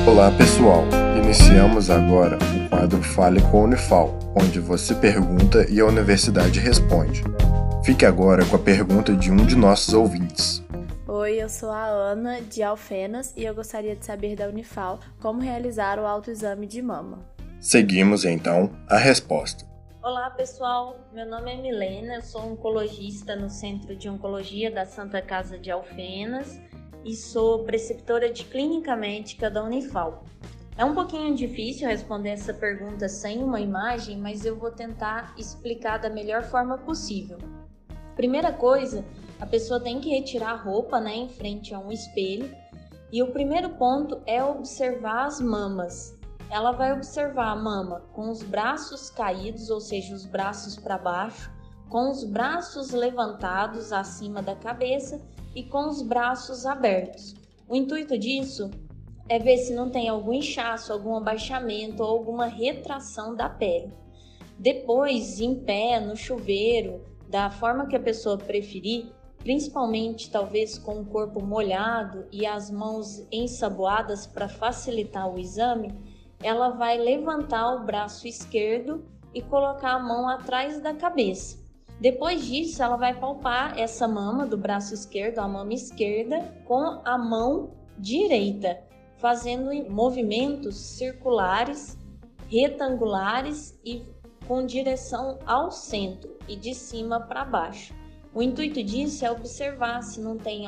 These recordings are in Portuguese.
Olá pessoal, iniciamos agora o quadro Fale com a Unifal, onde você pergunta e a universidade responde. Fique agora com a pergunta de um de nossos ouvintes. Oi, eu sou a Ana, de Alfenas, e eu gostaria de saber da Unifal como realizar o autoexame de mama. Seguimos então a resposta. Olá pessoal, meu nome é Milena, eu sou oncologista no Centro de Oncologia da Santa Casa de Alfenas e sou preceptora de Clínica Médica da Unifal. É um pouquinho difícil responder essa pergunta sem uma imagem, mas eu vou tentar explicar da melhor forma possível. Primeira coisa, a pessoa tem que retirar a roupa, em frente a um espelho, e o primeiro ponto é observar as mamas. Ela vai observar a mama com os braços caídos, ou seja, os braços para baixo, com os braços levantados acima da cabeça e com os braços abertos. O intuito disso é ver se não tem algum inchaço, algum abaixamento ou alguma retração da pele. Depois, em pé, no chuveiro, da forma que a pessoa preferir, principalmente talvez com o corpo molhado e as mãos ensaboadas para facilitar o exame, ela vai levantar o braço esquerdo e colocar a mão atrás da cabeça. Depois disso, ela vai palpar essa mama do braço esquerdo, a mama esquerda, com a mão direita, fazendo movimentos circulares, retangulares e com direção ao centro e de cima para baixo. O intuito disso é observar se não tem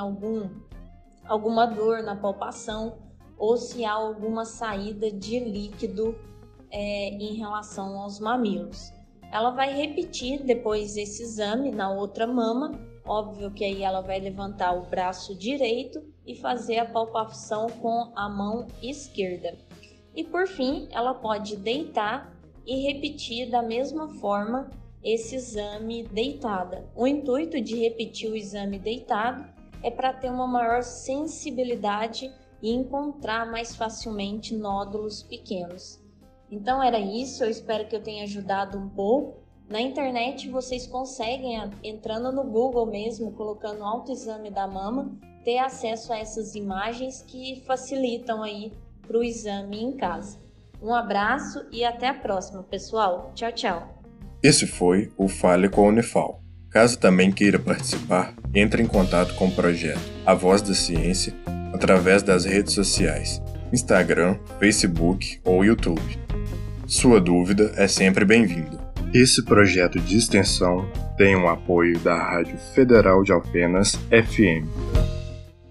alguma dor na palpação ou se há alguma saída de líquido em relação aos mamilos. Ela vai repetir depois esse exame na outra mama, óbvio que aí ela vai levantar o braço direito e fazer a palpação com a mão esquerda. E por fim, ela pode deitar e repetir da mesma forma esse exame deitada. O intuito de repetir o exame deitado é para ter uma maior sensibilidade e encontrar mais facilmente nódulos pequenos. Então era isso, eu espero que eu tenha ajudado um pouco. Na internet vocês conseguem, entrando no Google mesmo, colocando autoexame da mama, ter acesso a essas imagens que facilitam aí para o exame em casa. Um abraço e até a próxima, pessoal. Tchau, tchau. Esse foi o Fale com a Unifal. Caso também queira participar, entre em contato com o projeto A Voz da Ciência através das redes sociais, Instagram, Facebook ou YouTube. Sua dúvida é sempre bem-vinda. Esse projeto de extensão tem o apoio da Rádio Federal de Alfenas FM.